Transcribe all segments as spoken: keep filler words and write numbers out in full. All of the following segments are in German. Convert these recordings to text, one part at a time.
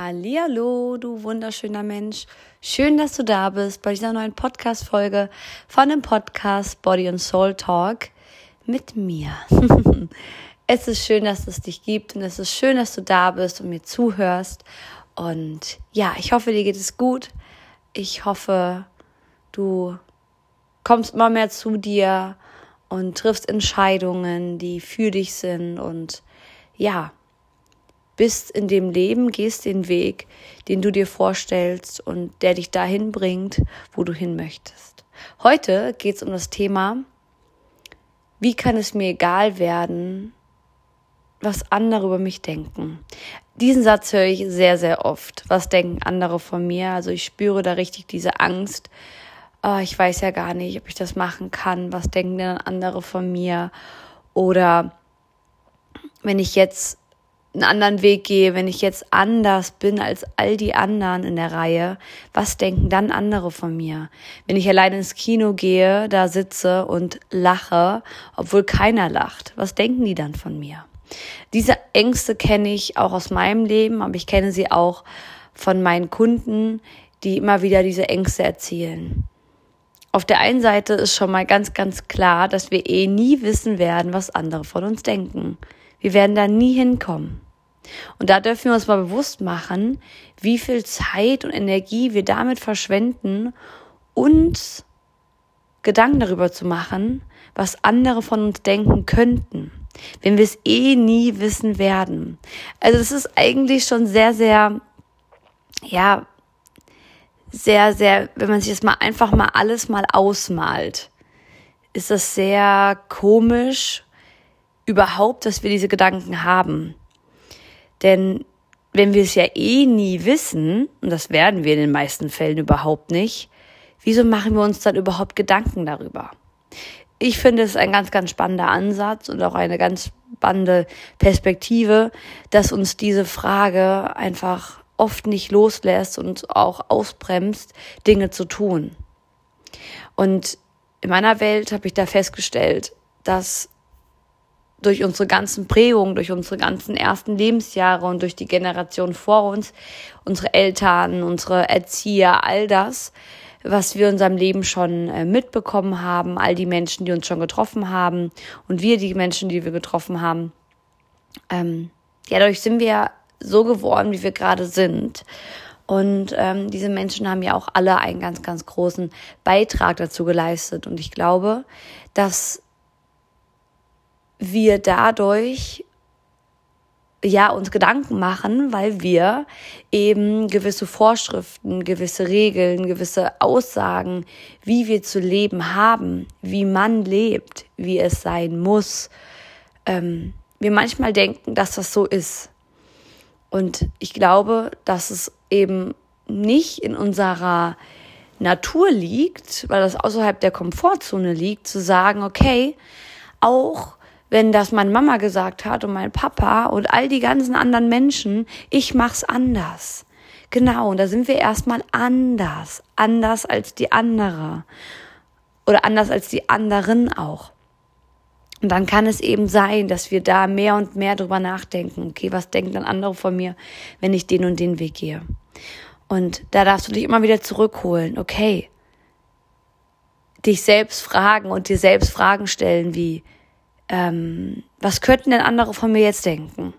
Hallihallo, du wunderschöner Mensch. Schön, dass du da bist bei dieser neuen Podcast-Folge von dem Podcast Body and Soul Talk mit mir. Es ist schön, dass es dich gibt und es ist schön, dass du da bist und mir zuhörst. Und ja, ich hoffe, dir geht es gut. Ich hoffe, du kommst immer mehr zu dir und triffst Entscheidungen, die für dich sind und ja, bist in dem Leben, gehst den Weg, den du dir vorstellst und der dich dahin bringt, wo du hin möchtest. Heute geht es um das Thema, wie kann es mir egal werden, was andere über mich denken. Diesen Satz höre ich sehr, sehr oft. Was denken andere von mir? Also ich spüre da richtig diese Angst. Oh, ich weiß ja gar nicht, ob ich das machen kann. Was denken denn andere von mir? Oder wenn ich jetzt einen anderen Weg gehe, wenn ich jetzt anders bin als all die anderen in der Reihe, was denken dann andere von mir? Wenn ich alleine ins Kino gehe, da sitze und lache, obwohl keiner lacht, was denken die dann von mir? Diese Ängste kenne ich auch aus meinem Leben, aber ich kenne sie auch von meinen Kunden, die immer wieder diese Ängste erzählen. Auf der einen Seite ist schon mal ganz, ganz klar, dass wir eh nie wissen werden, was andere von uns denken. Wir werden da nie hinkommen. Und da dürfen wir uns mal bewusst machen, wie viel Zeit und Energie wir damit verschwenden, uns Gedanken darüber zu machen, was andere von uns denken könnten, wenn wir es eh nie wissen werden. Also es ist eigentlich schon sehr, sehr, ja, sehr, sehr, wenn man sich das mal einfach mal alles mal ausmalt, ist das sehr komisch, überhaupt, dass wir diese Gedanken haben. Denn wenn wir es ja eh nie wissen, und das werden wir in den meisten Fällen überhaupt nicht, wieso machen wir uns dann überhaupt Gedanken darüber? Ich finde es ein ganz, ganz spannender Ansatz und auch eine ganz spannende Perspektive, dass uns diese Frage einfach oft nicht loslässt und auch ausbremst, Dinge zu tun. Und in meiner Welt habe ich da festgestellt, dass durch unsere ganzen Prägungen, durch unsere ganzen ersten Lebensjahre und durch die Generation vor uns, unsere Eltern, unsere Erzieher, all das, was wir in unserem Leben schon äh, mitbekommen haben, all die Menschen, die uns schon getroffen haben und wir, die Menschen, die wir getroffen haben, ähm, ja, dadurch sind wir so geworden, wie wir gerade sind. Und ähm, diese Menschen haben ja auch alle einen ganz, ganz großen Beitrag dazu geleistet. Und ich glaube, dass wir dadurch ja uns Gedanken machen, weil wir eben gewisse Vorschriften, gewisse Regeln, gewisse Aussagen, wie wir zu leben haben, wie man lebt, wie es sein muss, ähm, wir manchmal denken, dass das so ist. Und ich glaube, dass es eben nicht in unserer Natur liegt, weil das außerhalb der Komfortzone liegt, zu sagen, okay, auch wenn das meine Mama gesagt hat und mein Papa und all die ganzen anderen Menschen, ich mach's anders. Genau, und da sind wir erstmal anders, anders als die andere oder anders als die anderen auch. Und dann kann es eben sein, dass wir da mehr und mehr drüber nachdenken, okay, was denken dann andere von mir, wenn ich den und den Weg gehe? Und da darfst du dich immer wieder zurückholen, okay, dich selbst fragen und dir selbst Fragen stellen wie, Ähm, was könnten denn andere von mir jetzt denken?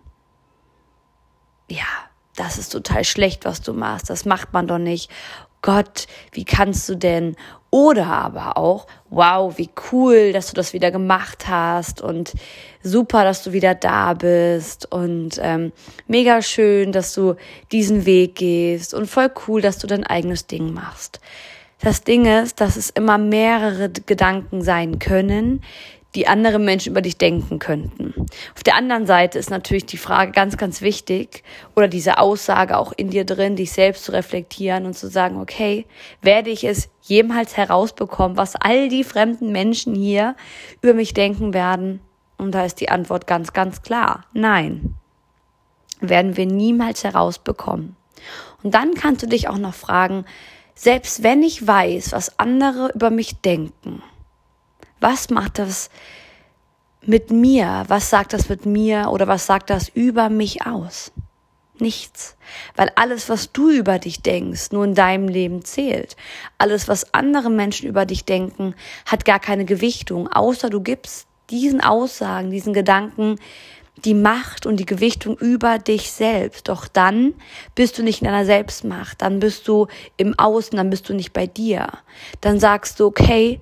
Ja, das ist total schlecht, was du machst. Das macht man doch nicht. Gott, wie kannst du denn? Oder aber auch, wow, wie cool, dass du das wieder gemacht hast und super, dass du wieder da bist und ähm, mega schön, dass du diesen Weg gehst und voll cool, dass du dein eigenes Ding machst. Das Ding ist, dass es immer mehrere Gedanken sein können, die andere Menschen über dich denken könnten. Auf der anderen Seite ist natürlich die Frage ganz, ganz wichtig oder diese Aussage auch in dir drin, dich selbst zu reflektieren und zu sagen, okay, werde ich es jemals herausbekommen, was all die fremden Menschen hier über mich denken werden? Und da ist die Antwort ganz, ganz klar. Nein, werden wir niemals herausbekommen. Und dann kannst du dich auch noch fragen, selbst wenn ich weiß, was andere über mich denken, was macht das mit mir? Was sagt das mit mir oder was sagt das über mich aus? Nichts. Weil alles, was du über dich denkst, nur in deinem Leben zählt. Alles, was andere Menschen über dich denken, hat gar keine Gewichtung, außer du gibst diesen Aussagen, diesen Gedanken die Macht und die Gewichtung über dich selbst. Doch dann bist du nicht in deiner Selbstmacht, dann bist du im Außen, dann bist du nicht bei dir. Dann sagst du, okay,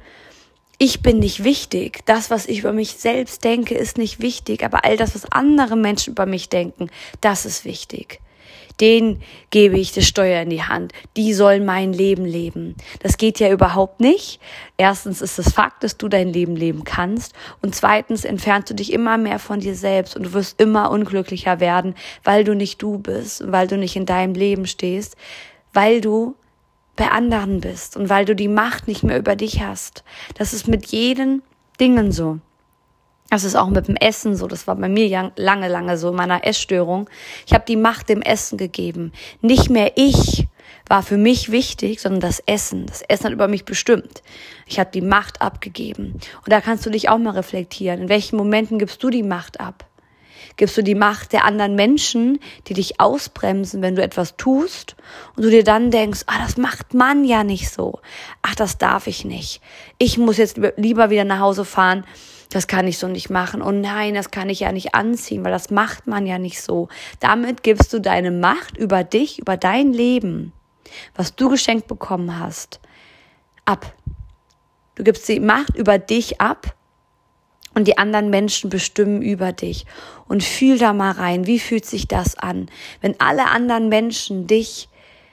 ich bin nicht wichtig. Das, was ich über mich selbst denke, ist nicht wichtig. Aber all das, was andere Menschen über mich denken, das ist wichtig. Denen gebe ich das Steuer in die Hand. Die sollen mein Leben leben. Das geht ja überhaupt nicht. Erstens ist es Fakt, dass du dein Leben leben kannst. Und zweitens entfernst du dich immer mehr von dir selbst und du wirst immer unglücklicher werden, weil du nicht du bist und weil du nicht in deinem Leben stehst, weil du bei anderen bist und weil du die Macht nicht mehr über dich hast. Das ist mit jeden Dingen so. Das ist auch mit dem Essen so. Das war bei mir lange, lange so in meiner Essstörung. Ich habe die Macht dem Essen gegeben. Nicht mehr ich war für mich wichtig, sondern das Essen. Das Essen hat über mich bestimmt. Ich habe die Macht abgegeben. Und da kannst du dich auch mal reflektieren. In welchen Momenten gibst du die Macht ab? Gibst du die Macht der anderen Menschen, die dich ausbremsen, wenn du etwas tust und du dir dann denkst, ah, das macht man ja nicht so. Ach, das darf ich nicht. Ich muss jetzt lieber wieder nach Hause fahren. Das kann ich so nicht machen. Oh nein, das kann ich ja nicht anziehen, weil das macht man ja nicht so. Damit gibst du deine Macht über dich, über dein Leben, was du geschenkt bekommen hast, ab. Du gibst die Macht über dich ab. Und die anderen Menschen bestimmen über dich. Und fühl da mal rein, wie fühlt sich das an, wenn alle anderen Menschen dich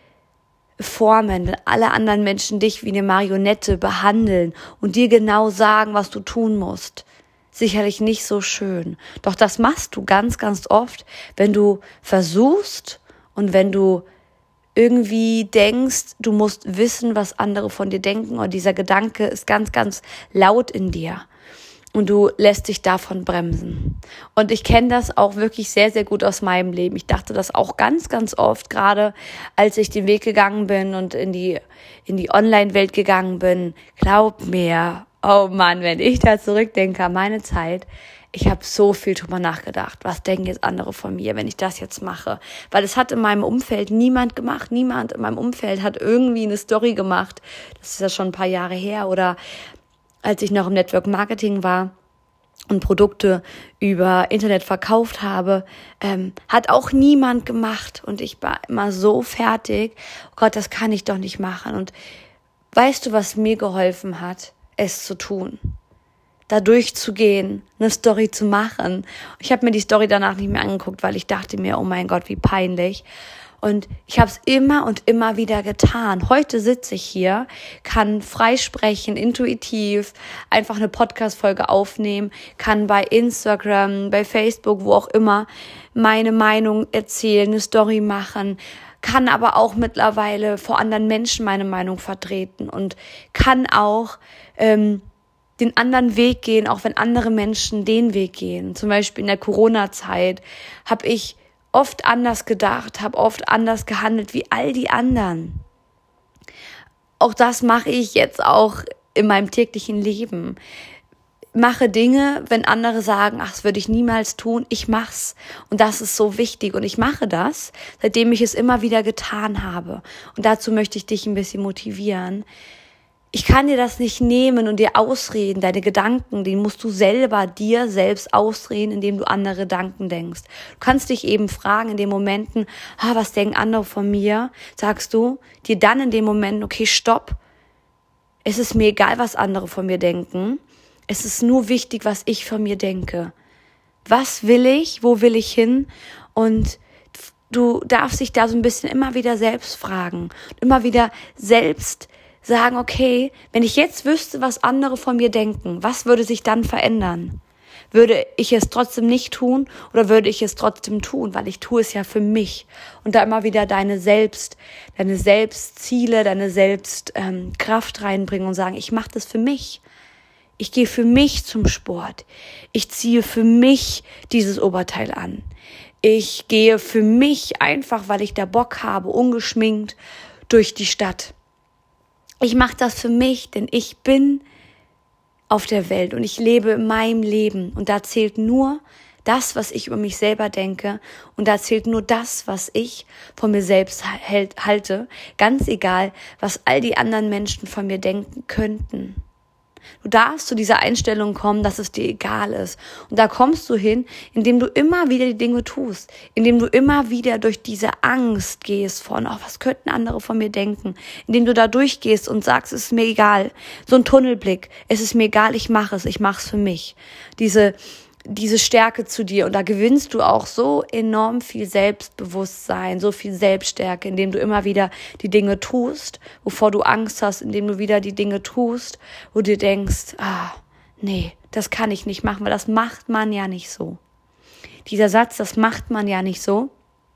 formen, wenn alle anderen Menschen dich wie eine Marionette behandeln und dir genau sagen, was du tun musst. Sicherlich nicht so schön. Doch das machst du ganz, ganz oft, wenn du versuchst und wenn du irgendwie denkst, du musst wissen, was andere von dir denken. Und dieser Gedanke ist ganz, ganz laut in dir. Und du lässt dich davon bremsen. Und ich kenne das auch wirklich sehr, sehr gut aus meinem Leben. Ich dachte das auch ganz, ganz oft, gerade als ich den Weg gegangen bin und in die, in die Online-Welt gegangen bin. Glaub mir, oh Mann, wenn ich da zurückdenke an meine Zeit, ich habe so viel drüber nachgedacht. Was denken jetzt andere von mir, wenn ich das jetzt mache? Weil es hat in meinem Umfeld niemand gemacht. Niemand in meinem Umfeld hat irgendwie eine Story gemacht. Das ist ja schon ein paar Jahre her. Oder als ich noch im Network Marketing war und Produkte über Internet verkauft habe, ähm, hat auch niemand gemacht. Und ich war immer so fertig. Oh Gott, das kann ich doch nicht machen. Und weißt du, was mir geholfen hat, es zu tun? Da durchzugehen, eine Story zu machen. Ich habe mir die Story danach nicht mehr angeguckt, weil ich dachte mir, oh mein Gott, wie peinlich. Und ich habe es immer und immer wieder getan. Heute sitze ich hier, kann freisprechen, intuitiv, einfach eine Podcast-Folge aufnehmen, kann bei Instagram, bei Facebook, wo auch immer, meine Meinung erzählen, eine Story machen, kann aber auch mittlerweile vor anderen Menschen meine Meinung vertreten und kann auch ähm, den anderen Weg gehen, auch wenn andere Menschen den Weg gehen. Zum Beispiel in der Corona-Zeit habe ich oft anders gedacht, habe oft anders gehandelt wie all die anderen. Auch das mache ich jetzt auch in meinem täglichen Leben. Mache Dinge, wenn andere sagen, ach, das würde ich niemals tun, ich mach's. Und das ist so wichtig. Und ich mache das, seitdem ich es immer wieder getan habe. Und dazu möchte ich dich ein bisschen motivieren. Ich kann dir das nicht nehmen und dir ausreden, deine Gedanken, den musst du selber dir selbst ausreden, indem du andere Gedanken denkst. Du kannst dich eben fragen in den Momenten, ah, was denken andere von mir? Sagst du dir dann in den Momenten, okay, stopp, es ist mir egal, was andere von mir denken. Es ist nur wichtig, was ich von mir denke. Was will ich? Wo will ich hin? Und du darfst dich da so ein bisschen immer wieder selbst fragen, immer wieder selbst sagen, okay, wenn ich jetzt wüsste, was andere von mir denken, was würde sich dann verändern? Würde ich es trotzdem nicht tun oder würde ich es trotzdem tun? Weil ich tue es ja für mich. Und da immer wieder deine Selbst, deine Selbstziele, deine Selbstkraft ähm, reinbringen und sagen, ich mache das für mich. Ich gehe für mich zum Sport. Ich ziehe für mich dieses Oberteil an. Ich gehe für mich einfach, weil ich da Bock habe, ungeschminkt durch die Stadt. Ich mache das für mich, denn ich bin auf der Welt und ich lebe in meinem Leben. Und da zählt nur das, was ich über mich selber denke, und da zählt nur das, was ich von mir selbst halt, halte, ganz egal, was all die anderen Menschen von mir denken könnten. Du darfst zu dieser Einstellung kommen, dass es dir egal ist. Und da kommst du hin, indem du immer wieder die Dinge tust, indem du immer wieder durch diese Angst gehst von, oh, was könnten andere von mir denken, indem du da durchgehst und sagst, es ist mir egal. So ein Tunnelblick, es ist mir egal, ich mache es, ich mache es für mich. Diese diese Stärke zu dir, und da gewinnst du auch so enorm viel Selbstbewusstsein, so viel Selbststärke, indem du immer wieder die Dinge tust, wovor du Angst hast, indem du wieder die Dinge tust, wo du denkst, ah, nee, das kann ich nicht machen, weil das macht man ja nicht so. Dieser Satz, das macht man ja nicht so,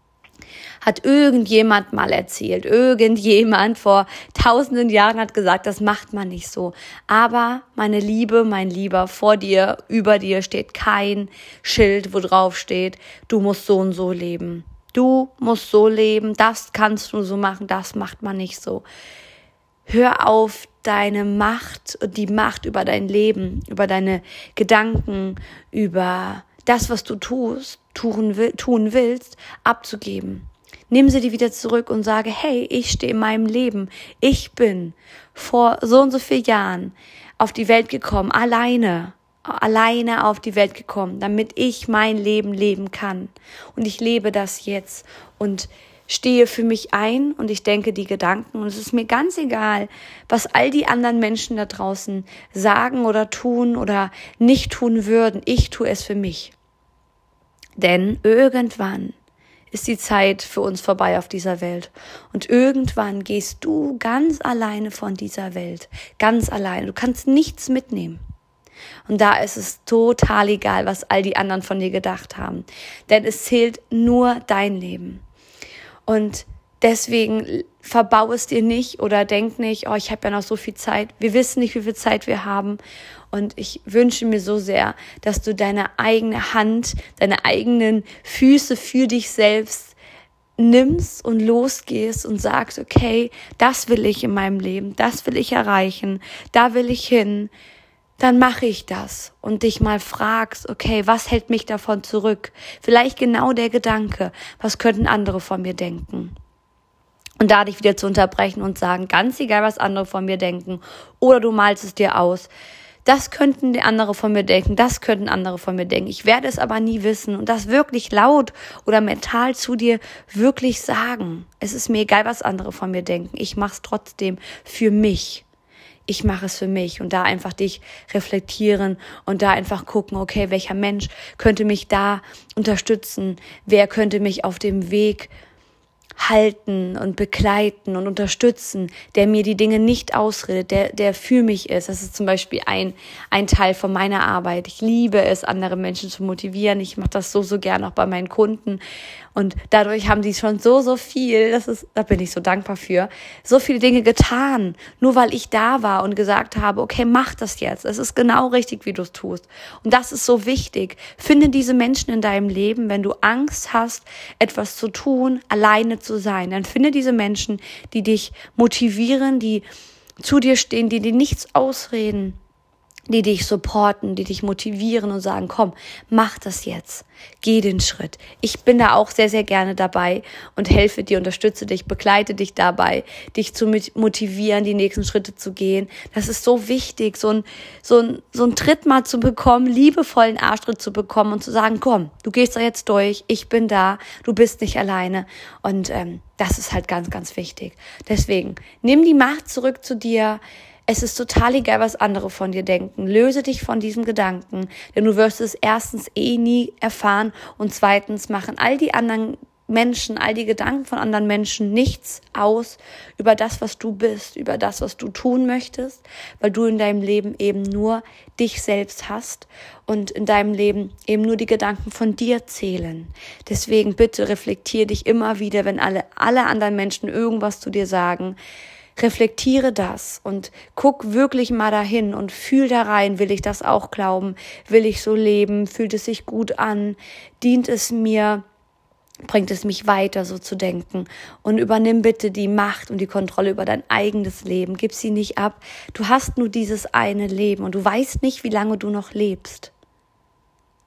hat irgendjemand mal erzählt. Irgendjemand vor tausenden Jahren hat gesagt, das macht man nicht so. Aber meine Liebe, mein Lieber, vor dir, über dir steht kein Schild, wo drauf steht, du musst so und so leben. Du musst so leben, das kannst du so machen, das macht man nicht so. Hör auf, deine Macht, die Macht über dein Leben, über deine Gedanken, über das, was du tust, tun, will, tun willst, abzugeben. Nimm sie dir wieder zurück und sage, hey, ich stehe in meinem Leben. Ich bin vor so und so vielen Jahren auf die Welt gekommen, alleine, alleine auf die Welt gekommen, damit ich mein Leben leben kann. Und ich lebe das jetzt und stehe für mich ein, und ich denke die Gedanken, und es ist mir ganz egal, was all die anderen Menschen da draußen sagen oder tun oder nicht tun würden. Ich tue es für mich. Denn irgendwann ist die Zeit für uns vorbei auf dieser Welt. Und irgendwann gehst du ganz alleine von dieser Welt. Ganz alleine. Du kannst nichts mitnehmen. Und da ist es total egal, was all die anderen von dir gedacht haben. Denn es zählt nur dein Leben. Und deswegen verbau es dir nicht oder denk nicht, oh, ich habe ja noch so viel Zeit. Wir wissen nicht, wie viel Zeit wir haben. Und ich wünsche mir so sehr, dass du deine eigene Hand, deine eigenen Füße für dich selbst nimmst und losgehst und sagst, okay, das will ich in meinem Leben, das will ich erreichen, da will ich hin. Dann mache ich das und dich mal fragst, okay, was hält mich davon zurück? Vielleicht genau der Gedanke, was könnten andere von mir denken? Und da dich wieder zu unterbrechen und sagen, ganz egal, was andere von mir denken, oder du malst es dir aus, das könnten die andere von mir denken, das könnten andere von mir denken. Ich werde es aber nie wissen und das wirklich laut oder mental zu dir wirklich sagen. Es ist mir egal, was andere von mir denken. Ich mache es trotzdem für mich. Ich mache es für mich, und da einfach dich reflektieren und da einfach gucken, okay, welcher Mensch könnte mich da unterstützen? Wer könnte mich auf dem Weg halten und begleiten und unterstützen, der mir die Dinge nicht ausredet, der der für mich ist. Das ist zum Beispiel ein ein Teil von meiner Arbeit. Ich liebe es, andere Menschen zu motivieren. Ich mache das so, so gern auch bei meinen Kunden. Und dadurch haben die schon so, so viel, das ist, da bin ich so dankbar für, so viele Dinge getan, nur weil ich da war und gesagt habe, okay, mach das jetzt. Es ist genau richtig, wie du es tust. Und das ist so wichtig. Finde diese Menschen in deinem Leben, wenn du Angst hast, etwas zu tun, alleine zu sein. Dann finde diese Menschen, die dich motivieren, die zu dir stehen, die dir nichts ausreden, die dich supporten, die dich motivieren und sagen, komm, mach das jetzt, geh den Schritt. Ich bin da auch sehr, sehr gerne dabei und helfe dir, unterstütze dich, begleite dich dabei, dich zu motivieren, die nächsten Schritte zu gehen. Das ist so wichtig, so ein, so ein, so ein Tritt mal zu bekommen, liebevollen Arschtritt zu bekommen und zu sagen, komm, du gehst da jetzt durch, ich bin da, du bist nicht alleine. Und ähm, das ist halt ganz, ganz wichtig. Deswegen, nimm die Macht zurück zu dir. Es ist total egal, was andere von dir denken. Löse dich von diesem Gedanken, denn du wirst es erstens eh nie erfahren und zweitens machen all die anderen Menschen, all die Gedanken von anderen Menschen nichts aus über das, was du bist, über das, was du tun möchtest, weil du in deinem Leben eben nur dich selbst hast und in deinem Leben eben nur die Gedanken von dir zählen. Deswegen bitte reflektier dich immer wieder, wenn alle, alle anderen Menschen irgendwas zu dir sagen. Reflektiere das und guck wirklich mal dahin und fühl da rein, will ich das auch glauben, will ich so leben, fühlt es sich gut an, dient es mir, bringt es mich weiter, so zu denken, und übernimm bitte die Macht und die Kontrolle über dein eigenes Leben, gib sie nicht ab, du hast nur dieses eine Leben und du weißt nicht, wie lange du noch lebst.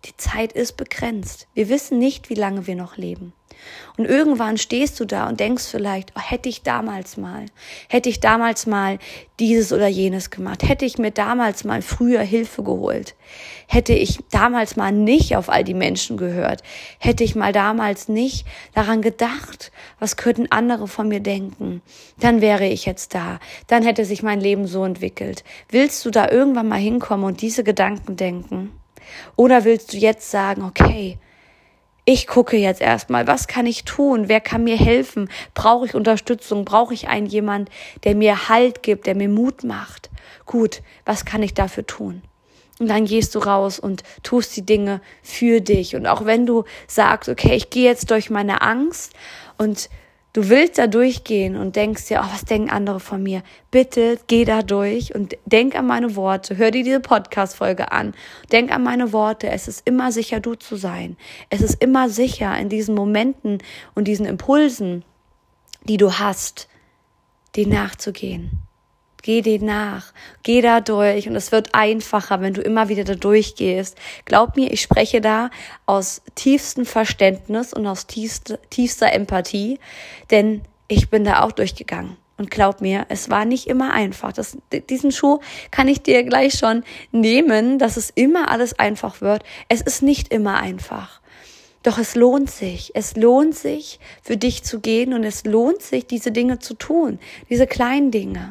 Die Zeit ist begrenzt. Wir wissen nicht, wie lange wir noch leben. Und irgendwann stehst du da und denkst vielleicht, oh, hätte ich damals mal, hätte ich damals mal dieses oder jenes gemacht, hätte ich mir damals mal früher Hilfe geholt, hätte ich damals mal nicht auf all die Menschen gehört, hätte ich mal damals nicht daran gedacht, was könnten andere von mir denken, dann wäre ich jetzt da, dann hätte sich mein Leben so entwickelt. Willst du da irgendwann mal hinkommen und diese Gedanken denken? Oder willst du jetzt sagen, okay, ich gucke jetzt erstmal, was kann ich tun? Wer kann mir helfen? Brauche ich Unterstützung? Brauche ich einen jemand, der mir Halt gibt, der mir Mut macht? Gut, was kann ich dafür tun? Und dann gehst du raus und tust die Dinge für dich. Und auch wenn du sagst, okay, ich gehe jetzt durch meine Angst und du willst da durchgehen und denkst dir, oh, was denken andere von mir? Bitte geh da durch und denk an meine Worte. Hör dir diese Podcast-Folge an. Denk an meine Worte. Es ist immer sicher, du zu sein. Es ist immer sicher, in diesen Momenten und diesen Impulsen, die du hast, denen nachzugehen. Geh denen nach, geh da durch und es wird einfacher, wenn du immer wieder da durchgehst. Glaub mir, ich spreche da aus tiefstem Verständnis und aus tiefster, tiefster Empathie, denn ich bin da auch durchgegangen. Und glaub mir, es war nicht immer einfach. Das, diesen Schuh kann ich dir gleich schon nehmen, dass es immer alles einfach wird. Es ist nicht immer einfach. Doch es lohnt sich. Es lohnt sich, für dich zu gehen und es lohnt sich, diese Dinge zu tun, diese kleinen Dinge.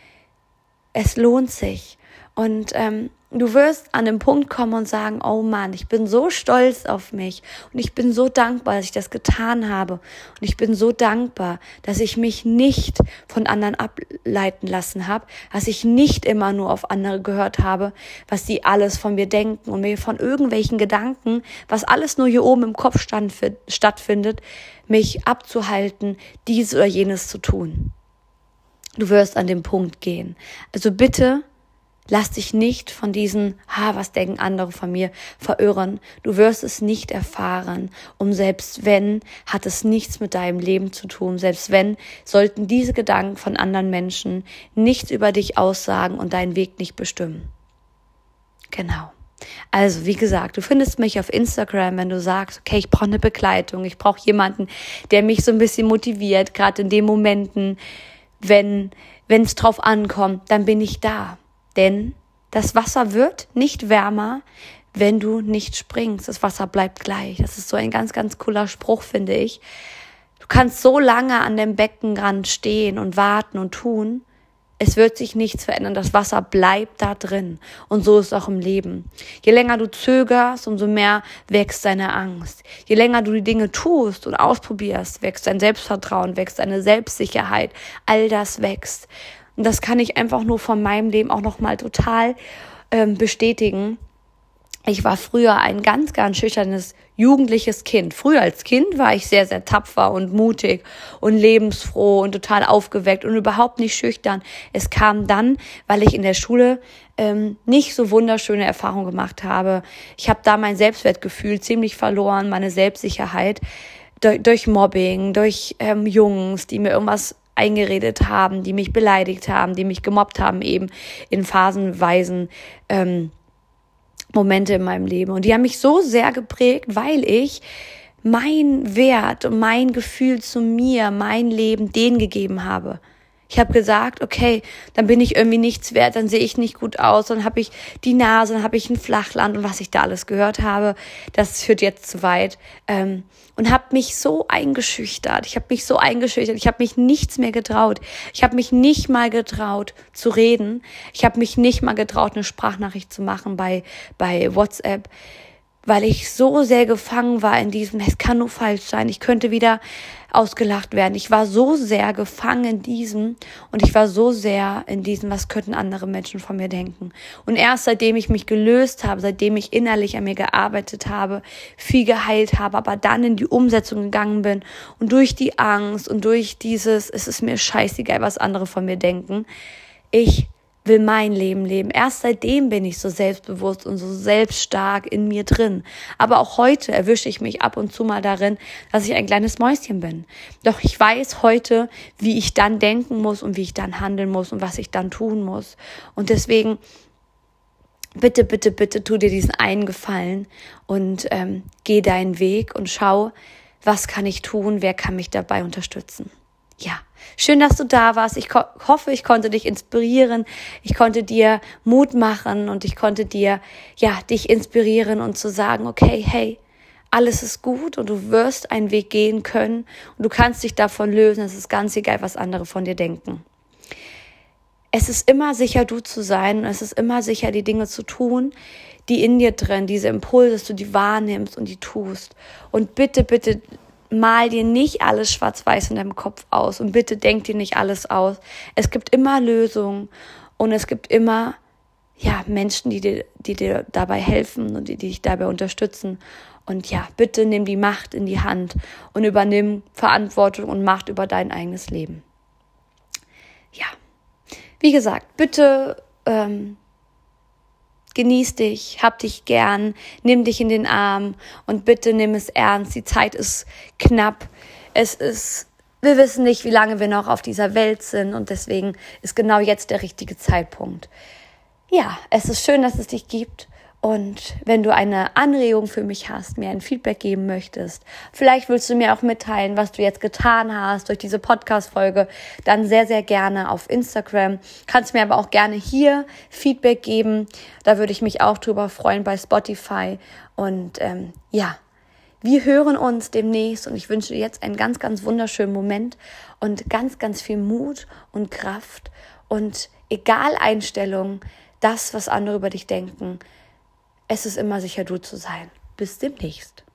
Es lohnt sich und ähm, du wirst an den Punkt kommen und sagen, oh Mann, ich bin so stolz auf mich und ich bin so dankbar, dass ich das getan habe und ich bin so dankbar, dass ich mich nicht von anderen ableiten lassen habe, dass ich nicht immer nur auf andere gehört habe, was sie alles von mir denken und mir von irgendwelchen Gedanken, was alles nur hier oben im Kopf stand, stattfindet, mich abzuhalten, dies oder jenes zu tun. Du wirst an den Punkt gehen. Also bitte lass dich nicht von diesen, ha, was denken andere von mir, verirren. Du wirst es nicht erfahren. Und selbst wenn, hat es nichts mit deinem Leben zu tun. Selbst wenn, sollten diese Gedanken von anderen Menschen nichts über dich aussagen und deinen Weg nicht bestimmen. Genau. Also, wie gesagt, du findest mich auf Instagram, wenn du sagst, okay, ich brauche eine Begleitung, ich brauche jemanden, der mich so ein bisschen motiviert, gerade in den Momenten, wenn wenn es drauf ankommt, dann bin ich da. Denn das Wasser wird nicht wärmer, wenn du nicht springst. Das Wasser bleibt gleich. Das ist so ein ganz, ganz cooler Spruch, finde ich. Du kannst so lange an dem Beckenrand stehen und warten und tun. Es wird sich nichts verändern. Das Wasser bleibt da drin. Und so ist es auch im Leben. Je länger du zögerst, umso mehr wächst deine Angst. Je länger du die Dinge tust und ausprobierst, wächst dein Selbstvertrauen, wächst deine Selbstsicherheit. All das wächst. Und das kann ich einfach nur von meinem Leben auch nochmal total ähm, bestätigen. Ich war früher ein ganz, ganz schüchternes jugendliches Kind. Früher als Kind war ich sehr, sehr tapfer und mutig und lebensfroh und total aufgeweckt und überhaupt nicht schüchtern. Es kam dann, weil ich in der Schule ähm, nicht so wunderschöne Erfahrungen gemacht habe. Ich habe da mein Selbstwertgefühl ziemlich verloren, meine Selbstsicherheit durch, durch Mobbing, durch ähm, Jungs, die mir irgendwas eingeredet haben, die mich beleidigt haben, die mich gemobbt haben, eben in phasenweisen ähm, Momente in meinem Leben. Und die haben mich so sehr geprägt, weil ich mein Wert und mein Gefühl zu mir, mein Leben denen gegeben habe. Ich habe gesagt, okay, dann bin ich irgendwie nichts wert, dann sehe ich nicht gut aus, dann habe ich die Nase, dann habe ich ein Flachland und was ich da alles gehört habe, das führt jetzt zu weit. Ähm, und habe mich so eingeschüchtert, ich habe mich so eingeschüchtert, ich habe mich nichts mehr getraut. Ich habe mich nicht mal getraut zu reden. Ich habe mich nicht mal getraut, eine Sprachnachricht zu machen bei bei WhatsApp, weil ich so sehr gefangen war in diesem, es kann nur falsch sein, ich könnte wieder ausgelacht werden. Ich war so sehr gefangen in diesem und ich war so sehr in diesem, was könnten andere Menschen von mir denken. Und erst seitdem ich mich gelöst habe, seitdem ich innerlich an mir gearbeitet habe, viel geheilt habe, aber dann in die Umsetzung gegangen bin und durch die Angst und durch dieses, es ist mir scheißegal, was andere von mir denken, ich will mein Leben leben. Erst seitdem bin ich so selbstbewusst und so selbststark in mir drin. Aber auch heute erwische ich mich ab und zu mal darin, dass ich ein kleines Mäuschen bin. Doch ich weiß heute, wie ich dann denken muss und wie ich dann handeln muss und was ich dann tun muss. Und deswegen bitte, bitte, bitte tu dir diesen einen Gefallen und ähm, geh deinen Weg und schau, was kann ich tun, wer kann mich dabei unterstützen. Ja, schön, dass du da warst. Ich ko- hoffe, ich konnte dich inspirieren. Ich konnte dir Mut machen und ich konnte dir, ja, dich inspirieren und zu sagen, okay, hey, alles ist gut und du wirst einen Weg gehen können und du kannst dich davon lösen. Es ist ganz egal, was andere von dir denken. Es ist immer sicher, du zu sein und es ist immer sicher, die Dinge zu tun, die in dir drin, diese Impulse, dass du die wahrnimmst und die tust. Und bitte, bitte, mal dir nicht alles schwarz-weiß in deinem Kopf aus und bitte denk dir nicht alles aus. Es gibt immer Lösungen und es gibt immer ja Menschen, die dir, die dir dabei helfen und die, die dich dabei unterstützen. Und ja, bitte nimm die Macht in die Hand und übernimm Verantwortung und Macht über dein eigenes Leben. Ja, wie gesagt, bitte ähm, genieß dich, hab dich gern, nimm dich in den Arm und bitte nimm es ernst. Die Zeit ist knapp. Es ist, wir wissen nicht, wie lange wir noch auf dieser Welt sind und deswegen ist genau jetzt der richtige Zeitpunkt. Ja, es ist schön, dass es dich gibt. Und wenn du eine Anregung für mich hast, mir ein Feedback geben möchtest, vielleicht willst du mir auch mitteilen, was du jetzt getan hast durch diese Podcast-Folge, dann sehr, sehr gerne auf Instagram. Kannst mir aber auch gerne hier Feedback geben. Da würde ich mich auch drüber freuen bei Spotify. Und ähm, ja, wir hören uns demnächst und ich wünsche dir jetzt einen ganz, ganz wunderschönen Moment und ganz, ganz viel Mut und Kraft und egal Einstellung, das, was andere über dich denken. Es ist immer sicher, du zu sein. Bis demnächst.